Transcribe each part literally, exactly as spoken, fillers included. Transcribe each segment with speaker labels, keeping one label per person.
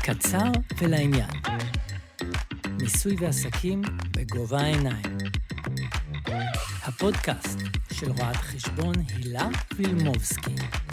Speaker 1: קצר ולעניין. מיסוי ועסקים בגובה העיניים. הפודקאסט של רואת חשבון הילה וילמובסקי.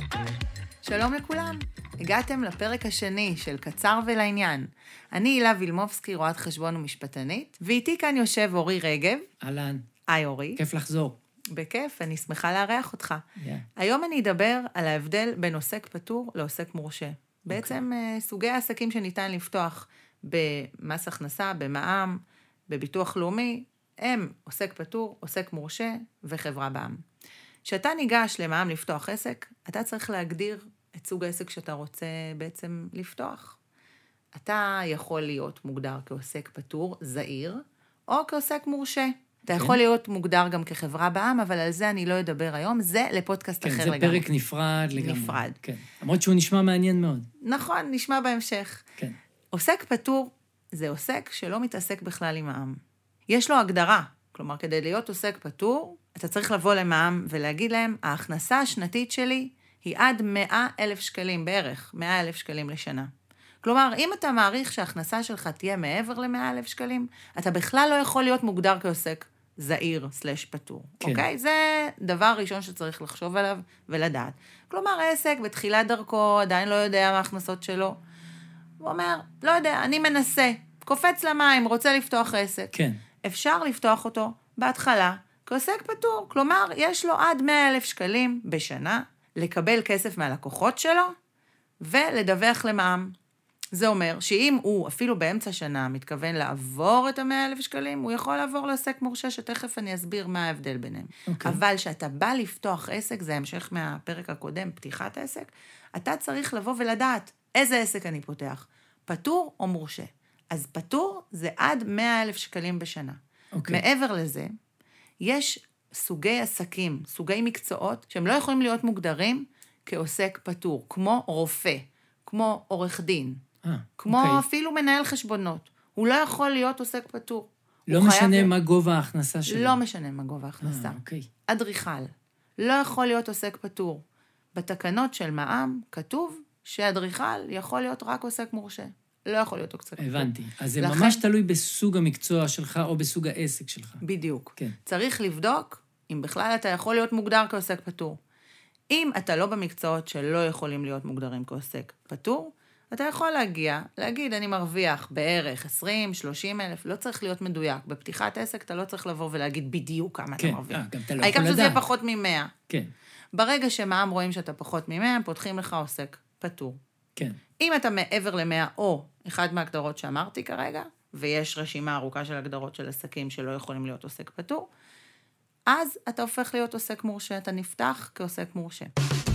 Speaker 2: שלום לכולם, הגעתם לפרק השני של קצר ולעניין. אני הילה וילמובסקי, רואת חשבון ומשפטנית, ואיתי כאן יושב אורי רגב.
Speaker 1: אהלן.
Speaker 2: היי אורי.
Speaker 1: כיף לחזור.
Speaker 2: בכיף, אני שמחה לארח אותך.
Speaker 1: Yeah.
Speaker 2: היום אני אדבר על ההבדל בין עוסק פטור לעוסק מורשה. Okay. בעצם סוגי העסקים שניתן לפתוח במס הכנסה, במע"מ, בביטוח לאומי, הם עוסק פטור, עוסק מורשה וחברה בע"מ. כשאתה ניגש למע"מ לפתוח עסק, אתה צריך להגדיר את סוג העסק שאתה רוצה בעצם לפתוח. אתה יכול להיות מוגדר כעוסק פטור, זעיר, או כעוסק מורשה. אתה יכול להיות מוגדר גם כחברה בע"מ, אבל על זה אני לא אדבר היום, זה לפודקאסט אחר לגמרי.
Speaker 1: כן, זה פרק נפרד לגמרי.
Speaker 2: נפרד.
Speaker 1: כן, למרות שהוא נשמע מעניין מאוד.
Speaker 2: נכון, נשמע בהמשך.
Speaker 1: כן.
Speaker 2: עוסק פטור זה עוסק שלא מתעסק בכלל עם מע"מ. יש לו הגדרה, כלומר, כדי להיות עוסק פטור, אתה צריך לבוא למע"מ ולהגיד להם, ההכנסה השנתית שלי היא עד מאה אלף שקלים בערך, מאה אלף שקלים לשנה. כלומר, אם אתה מעריך שההכנסה שלך תהיה מעבר ל-מאה אלף שקלים, אתה בכלל לא יכול להיות מוגדר כעוסק זעיר סלש פטור. כן. אוקיי? זה דבר ראשון שצריך לחשוב עליו ולדעת. כלומר, העסק בתחילת דרכו עדיין לא יודע מה ההכנסות שלו. הוא אומר, לא יודע, אני מנסה, קופץ למים, רוצה לפתוח עסק.
Speaker 1: כן. אפשר
Speaker 2: לפתוח אותו בהתחלה כעוסק פטור. כלומר, יש לו עד מאה אלף שקלים בשנה לקבל כסף מהלקוחות שלו ולדווח למע"מ. זה אומר שאם הוא אפילו באמצע שנה מתכוון לעבור את ה-מאה אלף שקלים, הוא יכול לעבור לעסק מורשה, שתכף אני אסביר מה ההבדל ביניהם. Okay. אבל שאתה בא לפתוח עסק, זה המשך מהפרק הקודם, פתיחת עסק, אתה צריך לבוא ולדעת איזה עסק אני פותח, פטור או מורשה. אז פטור זה עד מאה אלף שקלים בשנה. Okay. מעבר לזה, יש סוגי עסקים, סוגי מקצועות, שהם לא יכולים להיות מוגדרים כעוסק פטור, כמו רופא, כמו עורך דין, כמו okay. אפילו מנהל חשבונות. הוא לא יכול להיות עוסק פטור.
Speaker 1: לא משנה ל... מה גובה ההכנסה שלו.
Speaker 2: לא משנה מה גובה ההכנסה.
Speaker 1: Ah, okay.
Speaker 2: אדריכל. לא יכול להיות עוסק פטור. בתקנות של מע"מ כתוב שאדריכל יכול להיות רק עוסק מורשה. לא יכול להיות עוסק פטור.
Speaker 1: הבנתי. אז זה לכן... ממש תלוי בסוג המקצוע שלך או בסוג העסק שלך.
Speaker 2: בדיוק.
Speaker 1: כן.
Speaker 2: צריך לבדוק אם בכלל אתה יכול להיות מוגדר כעוסק פטור. אם אתה לא במקצועות שלא יכולים להיות מוגדרים כעוסק פטור, אתה יכול להגיע, להגיד, אני מרוויח בערך עשרים, שלושים אלף, לא צריך להיות מדויק. בפתיחת עסק אתה לא צריך לבוא ולהגיד בדיוק כמה
Speaker 1: כן,
Speaker 2: אתה מרוויח.
Speaker 1: אה, גם אתה לא
Speaker 2: העיקר
Speaker 1: יכול
Speaker 2: שזה
Speaker 1: לדעת.
Speaker 2: יהיה פחות ממאה.
Speaker 1: כן.
Speaker 2: ברגע שמע"מ רואים שאתה פחות ממאה, הם פותחים לך עוסק פטור.
Speaker 1: כן.
Speaker 2: אם אתה מעבר למאה או אחד מההגדרות שאמרתי כרגע, ויש רשימה ארוכה של הגדרות של עסקים שלא יכולים להיות עוסק פטור, אז אתה הופך להיות עוסק מורשה, אתה נפתח כעוסק מורשה.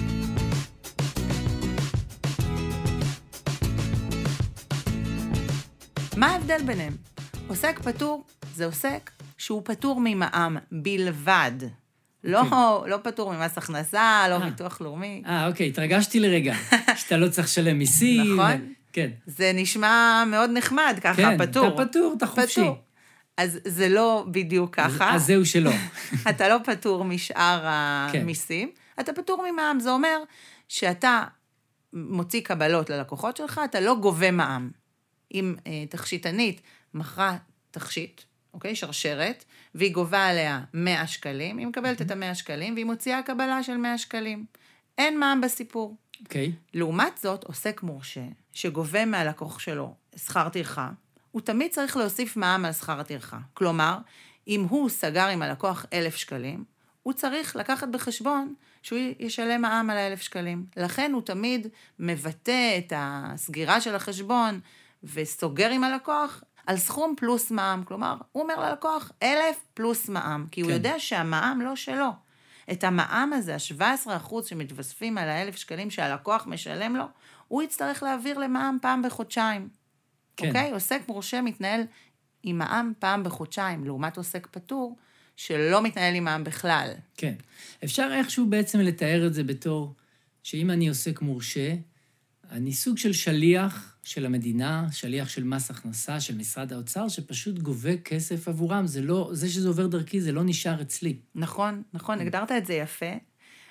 Speaker 2: מה ההבדל ביניהם? עוסק פטור זה עוסק שהוא פטור ממע"מ בלבד. לא, לא פטור ממס הכנסה, לא ביטוח לאומי.
Speaker 1: אה, אוקיי, התרגשתי לרגע. שאתה לא צריך לשלם מיסים.
Speaker 2: נכון?
Speaker 1: כן.
Speaker 2: זה נשמע מאוד נחמד, ככה,
Speaker 1: כן,
Speaker 2: פטור.
Speaker 1: אתה פטור, אתה חופשי. פטור.
Speaker 2: אז זה לא בדיוק ככה.
Speaker 1: אז זהו שלא.
Speaker 2: אתה לא פטור משאר המיסים. אתה פטור ממע"מ, זה אומר שאתה מוציא קבלות ללקוחות שלך, אתה לא גובה מע"מ. אם אה, תכשיטנית מכרה תכשיט, אוקיי, שרשרת, והיא גובה עליה מאה שקלים, היא מקבלת את ה-מאה שקלים, והיא מוציאה קבלה של מאה שקלים. אין מע"מ בסיפור.
Speaker 1: אוקיי.
Speaker 2: לעומת זאת, עוסק מורשה, שגובה מהלקוח שלו שכר טרחה, הוא תמיד צריך להוסיף מע"מ על שכר הטרחה. כלומר, אם הוא סגר עם הלקוח אלף שקלים, הוא צריך לקחת בחשבון שהוא ישלם מע"מ על האלף שקלים. לכן הוא תמיד מבטא את הסגירה של החשבון, וסוגר עם הלקוח על סכום פלוס מע"מ. כלומר, הוא אומר ללקוח אלף פלוס מע"מ, כי הוא כן. יודע שהמע"מ לא שלו. את המע"מ הזה, ה-שבעה עשר אחוז שמתווספים על האלף שקלים שהלקוח משלם לו, הוא יצטרך להעביר למע"מ פעם בחודשיים. כן. אוקיי? עוסק מורשה מתנהל עם מע"מ פעם בחודשיים, לעומת עוסק פטור, שלא מתנהל עם מע"מ בכלל.
Speaker 1: כן. אפשר איכשהו בעצם לתאר את זה בתור, שאם אני עוסק מורשה, אני סוג של שליח של המדינה, שליח של מס הכנסה, של משרד האוצר, שפשוט גובה כסף עבורם. זה לא, זה שזה עובר דרכי, זה לא נשאר אצלי.
Speaker 2: נכון, נכון, הגדרת את זה יפה.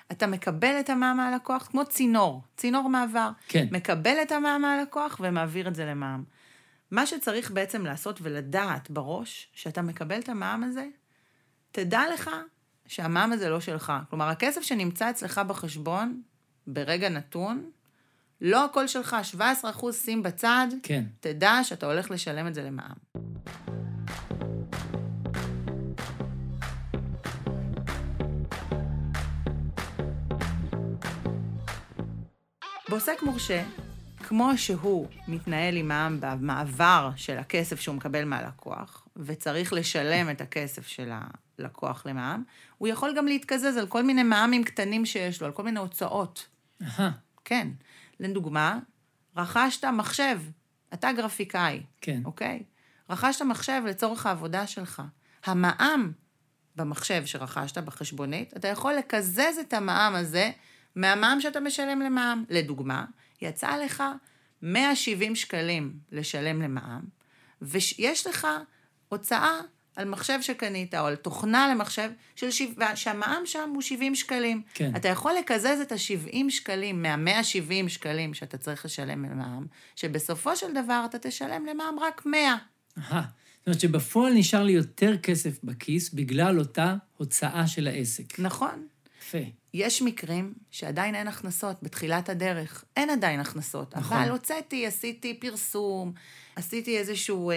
Speaker 2: אתה מקבל את המע"מ מהלקוח כמו צינור, צינור מעבר.
Speaker 1: כן.
Speaker 2: מקבל את המע"מ מהלקוח ומעביר את זה למע"מ. מה שצריך בעצם לעשות ולדעת בראש, שאתה מקבל את המע"מ הזה, תדע לך שהמע"מ הזה לא שלך. כלומר, הכסף שנמצא אצלך בחשבון, ברגע נתון, לא הכל שלך, שבעה עשר אחוז שים בצד,
Speaker 1: כן.
Speaker 2: תדע שאתה הולך לשלם את זה למע"מ. בעוסק מורשה, כמו שהוא מתנהל עם מע"מ במעבר של הכסף שהוא מקבל מהלקוח, וצריך לשלם את הכסף של הלקוח למע"מ, הוא יכול גם להתקזז על כל מיני מע"מים קטנים שיש לו, על כל מיני הוצאות.
Speaker 1: אהה.
Speaker 2: כן. לדוגמה, רכשת מחשב, אתה גרפיקאי.
Speaker 1: כן.
Speaker 2: אוקיי? רכשת מחשב לצורך העבודה שלך. המע"מ במחשב שרכשת בחשבונית, אתה יכול לקזז את המע"מ הזה מהמע"מ שאתה משלם למע"מ. לדוגמה, יצא לך מאה ושבעים שקלים לשלם למע"מ, ויש לך הוצאה על מחשב שקנית, או על תוכנה למחשב, של שבע, שהמע"מ שם הוא שבעים שקלים.
Speaker 1: כן.
Speaker 2: אתה יכול לקזז את ה-שבעים שקלים מה-מאה ושבעים שקלים שאתה צריך לשלם למע"מ, שבסופו של דבר אתה תשלם למע"מ רק מאה.
Speaker 1: אהה. זאת אומרת שבפועל נשאר לי יותר כסף בכיס בגלל אותה הוצאה של העסק.
Speaker 2: נכון.
Speaker 1: יפה.
Speaker 2: יש מקרים שעדיין אין הכנסות בתחילת הדרך. אין עדיין הכנסות.
Speaker 1: נכון.
Speaker 2: אבל הוצאתי, עשיתי פרסום, עשיתי איזשהו אה,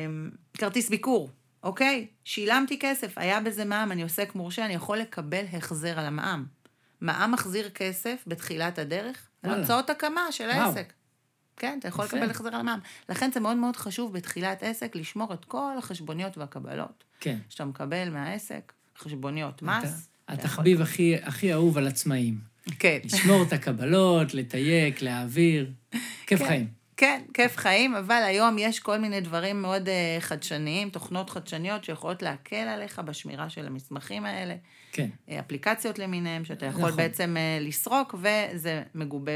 Speaker 2: כרטיס ביקור, אוקיי? שילמתי כסף, היה בזה מע"מ, אני עוסק מורשה, אני יכול לקבל החזר על המע"מ. מע"מ מחזיר כסף בתחילת הדרך, על
Speaker 1: וואלה.
Speaker 2: הוצאות הקמה של
Speaker 1: וואו.
Speaker 2: העסק. כן, אתה יכול
Speaker 1: יפה.
Speaker 2: לקבל החזר על המע"מ. לכן זה מאוד מאוד חשוב בתחילת עסק לשמור את כל החשבוניות והקבלות.
Speaker 1: כן.
Speaker 2: שאתה מקבל מהעסק, חשבוניות מס.
Speaker 1: התחביב הכי, הכי אהוב על עצמאים.
Speaker 2: כן.
Speaker 1: לשמור את הקבלות, לתייק, להעביר. כיף
Speaker 2: כן.
Speaker 1: חיים.
Speaker 2: כן, כיף חיים, אבל היום יש כל מיני דברים מאוד uh, חדשניים, תוכנות חדשניות שיכולות להקל עליך בשמירה של המסמכים האלה.
Speaker 1: כן.
Speaker 2: Uh, אפליקציות למיניהם, שאתה יכול
Speaker 1: נכון.
Speaker 2: בעצם uh, לסרוק, וזה מגובה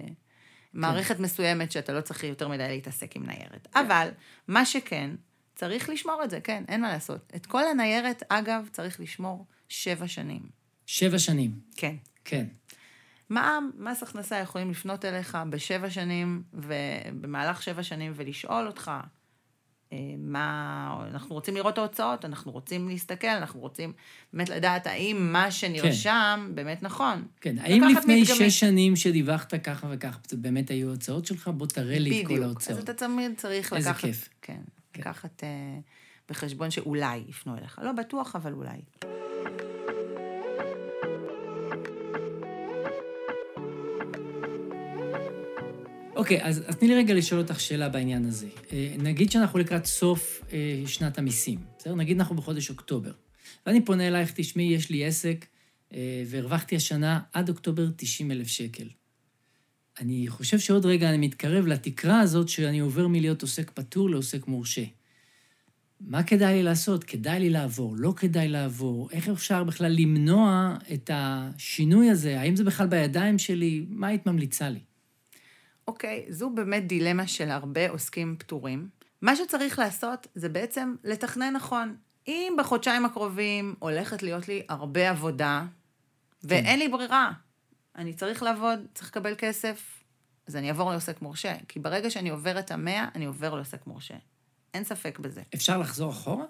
Speaker 2: במערכת כן. מסוימת שאתה לא צריך יותר מדי להתעסק עם ניירת. כן. אבל מה שכן, צריך לשמור את זה, כן, אין מה לעשות. את כל הניירת, אגב, צריך לשמור שבע שנים.
Speaker 1: שבע שנים.
Speaker 2: כן.
Speaker 1: כן.
Speaker 2: מע"מ, מס הכנסה יכולים לפנות אליך בשבע שנים, ובמהלך שבע שנים ולשאול אותך, מה, אנחנו רוצים לראות את ההוצאות, אנחנו רוצים להסתכל, אנחנו רוצים באמת לדעת האם מה שנרשם כן. באמת נכון.
Speaker 1: כן, האם לפני מדגמית. שש שנים שדיווחת ככה וככה, זה באמת היו ההוצאות שלך? בוא תראה לי את כל ההוצאות.
Speaker 2: אז אתה תמיד צריך
Speaker 1: איזה
Speaker 2: לקחת,
Speaker 1: כיף.
Speaker 2: כן, כן. לקחת אה, בחשבון שאולי יפנו אליך. לא בטוח, אבל אולי.
Speaker 1: אוקיי, אז, אז תני לי רגע לשאול אותך שאלה בעניין הזה. נגיד שאנחנו לקראת סוף שנת המיסים, בסדר? נגיד אנחנו בחודש אוקטובר. ואני פונה אלייך, תשמעי, יש לי עסק, והרווחתי השנה עד אוקטובר תשעים אלף שקל. אני חושב שעוד רגע אני מתקרב לתקרה הזאת שאני עובר מלהיות עוסק פטור לעוסק מורשה. מה כדאי לי לעשות? כדאי לי לעבור? לא כדאי לעבור? איך אפשר בכלל למנוע את השינוי הזה? האם זה בכלל בידיים שלי? מה היית ממליצה לי?
Speaker 2: אוקיי, זו באמת דילמה של הרבה עוסקים פטורים. מה שצריך לעשות זה בעצם לתכנן נכון. אם בחודשיים הקרובים הולכת להיות לי הרבה עבודה, ואין לי ברירה, אני צריך לעבוד, צריך לקבל כסף, אז אני אעבור לעוסק מורשה. כי ברגע שאני עובר את המאה, אני עובר לעוסק מורשה. אין ספק בזה.
Speaker 1: אפשר לחזור אחורה?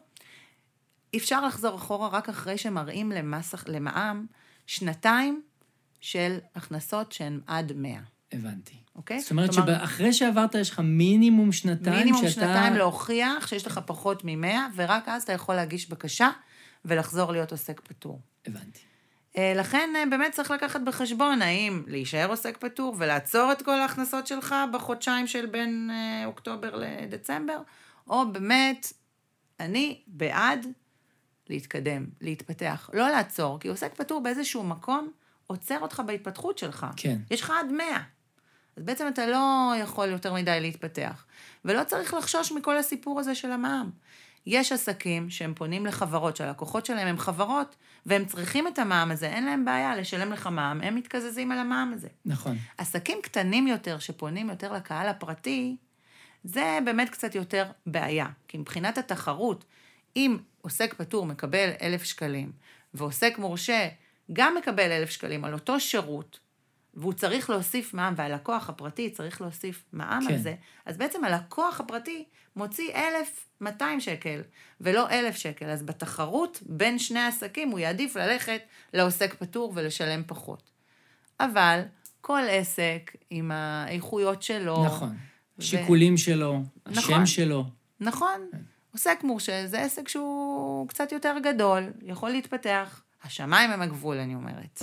Speaker 2: אפשר לחזור אחורה רק אחרי שמראים למס, למע"מ שנתיים של הכנסות שהן עד מאה.
Speaker 1: הבנתי.
Speaker 2: אוקיי?
Speaker 1: זאת אומרת שאחרי שעברת יש לך מינימום שנתיים
Speaker 2: מינימום
Speaker 1: שאתה...
Speaker 2: שנתיים להוכיח שיש לך פחות ממאה, ורק אז אתה יכול להגיש בקשה ולחזור להיות עוסק פטור.
Speaker 1: הבנתי.
Speaker 2: לכן באמת צריך לקחת בחשבון האם להישאר עוסק פטור ולעצור את כל ההכנסות שלך בחודשיים של בין אוקטובר לדצמבר, או באמת אני בעד להתקדם, להתפתח, לא לעצור, כי עוסק פטור באיזשהו מקום עוצר אותך בהתפתחות שלך.
Speaker 1: כן.
Speaker 2: יש לך עד מאה. אז בעצם אתה לא יכול יותר מדי להתפתח. ולא צריך לחשוש מכל הסיפור הזה של המע"מ. יש עסקים שהם פונים לחברות, שהלקוחות שלהם הם חברות, והם צריכים את המע"מ הזה, אין להם בעיה לשלם לך מע"מ, הם מתקזזים על המע"מ הזה.
Speaker 1: נכון.
Speaker 2: עסקים קטנים יותר, שפונים יותר לקהל הפרטי, זה באמת קצת יותר בעיה. כי מבחינת התחרות, אם עוסק פטור מקבל אלף שקלים, ועוסק מורשה גם מקבל אלף שקלים על אותו שירות, והוא צריך להוסיף מע"מ, והלקוח הפרטי צריך להוסיף מע"מ
Speaker 1: כן.
Speaker 2: על זה, אז בעצם הלקוח הפרטי מוציא אלף מאתיים שקל, ולא אלף שקל. אז בתחרות בין שני העסקים הוא יעדיף ללכת לעוסק פטור ולשלם פחות. אבל כל עסק עם האיכויות שלו...
Speaker 1: נכון. ו... שיקולים שלו,
Speaker 2: נכון.
Speaker 1: השם שלו.
Speaker 2: נכון.
Speaker 1: כן.
Speaker 2: עוסק מורשה זה עסק שהוא קצת יותר גדול, יכול להתפתח. השמיים הם הגבול, אני אומרת.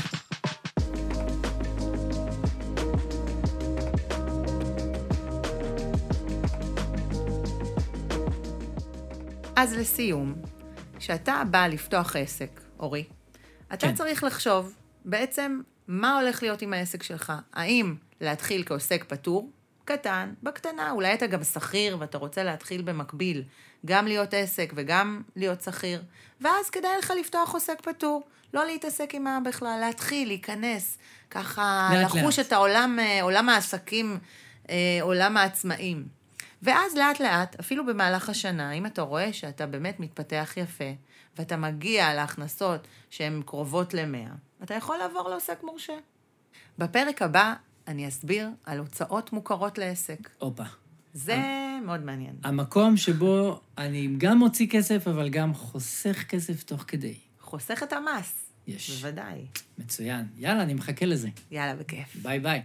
Speaker 2: אז לסיום, כשאתה בא לפתוח עסק, אורי, אתה
Speaker 1: כן.
Speaker 2: צריך לחשוב בעצם מה הולך להיות עם העסק שלך. האם להתחיל כעוסק פטור, קטן, בקטנה, אולי אתה גם שכיר ואתה רוצה להתחיל במקביל, גם להיות עסק וגם להיות שכיר, ואז כדאי לך לפתוח עוסק פטור, לא להתעסק עם מה בכלל, להתחיל, להיכנס, ככה
Speaker 1: לאט
Speaker 2: לחוש
Speaker 1: לאט.
Speaker 2: את העולם, עולם העסקים, עולם העצמאים. ואז לאט לאט, אפילו במהלך השנה, אם אתה רואה שאתה באמת מתפתח יפה, ואתה מגיע להכנסות שהן קרובות למאה, אתה יכול לעבור לעוסק מורשה. בפרק הבא אני אסביר על הוצאות מוכרות לעסק.
Speaker 1: אופה.
Speaker 2: זה מאוד מעניין.
Speaker 1: המקום שבו אני גם מוציא כסף, אבל גם חוסך כסף תוך כדי.
Speaker 2: חוסך את המס.
Speaker 1: יש.
Speaker 2: בוודאי.
Speaker 1: מצוין. יאללה, אני מחכה לזה.
Speaker 2: יאללה, בכיף.
Speaker 1: ביי ביי.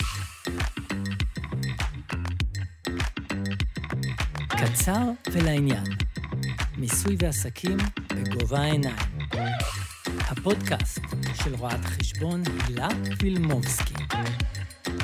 Speaker 1: קצר ולעניין. מיסוי ועסקים בגובה העיניים. הפודקאסט של רואת חשבון הילה וילמובסקי.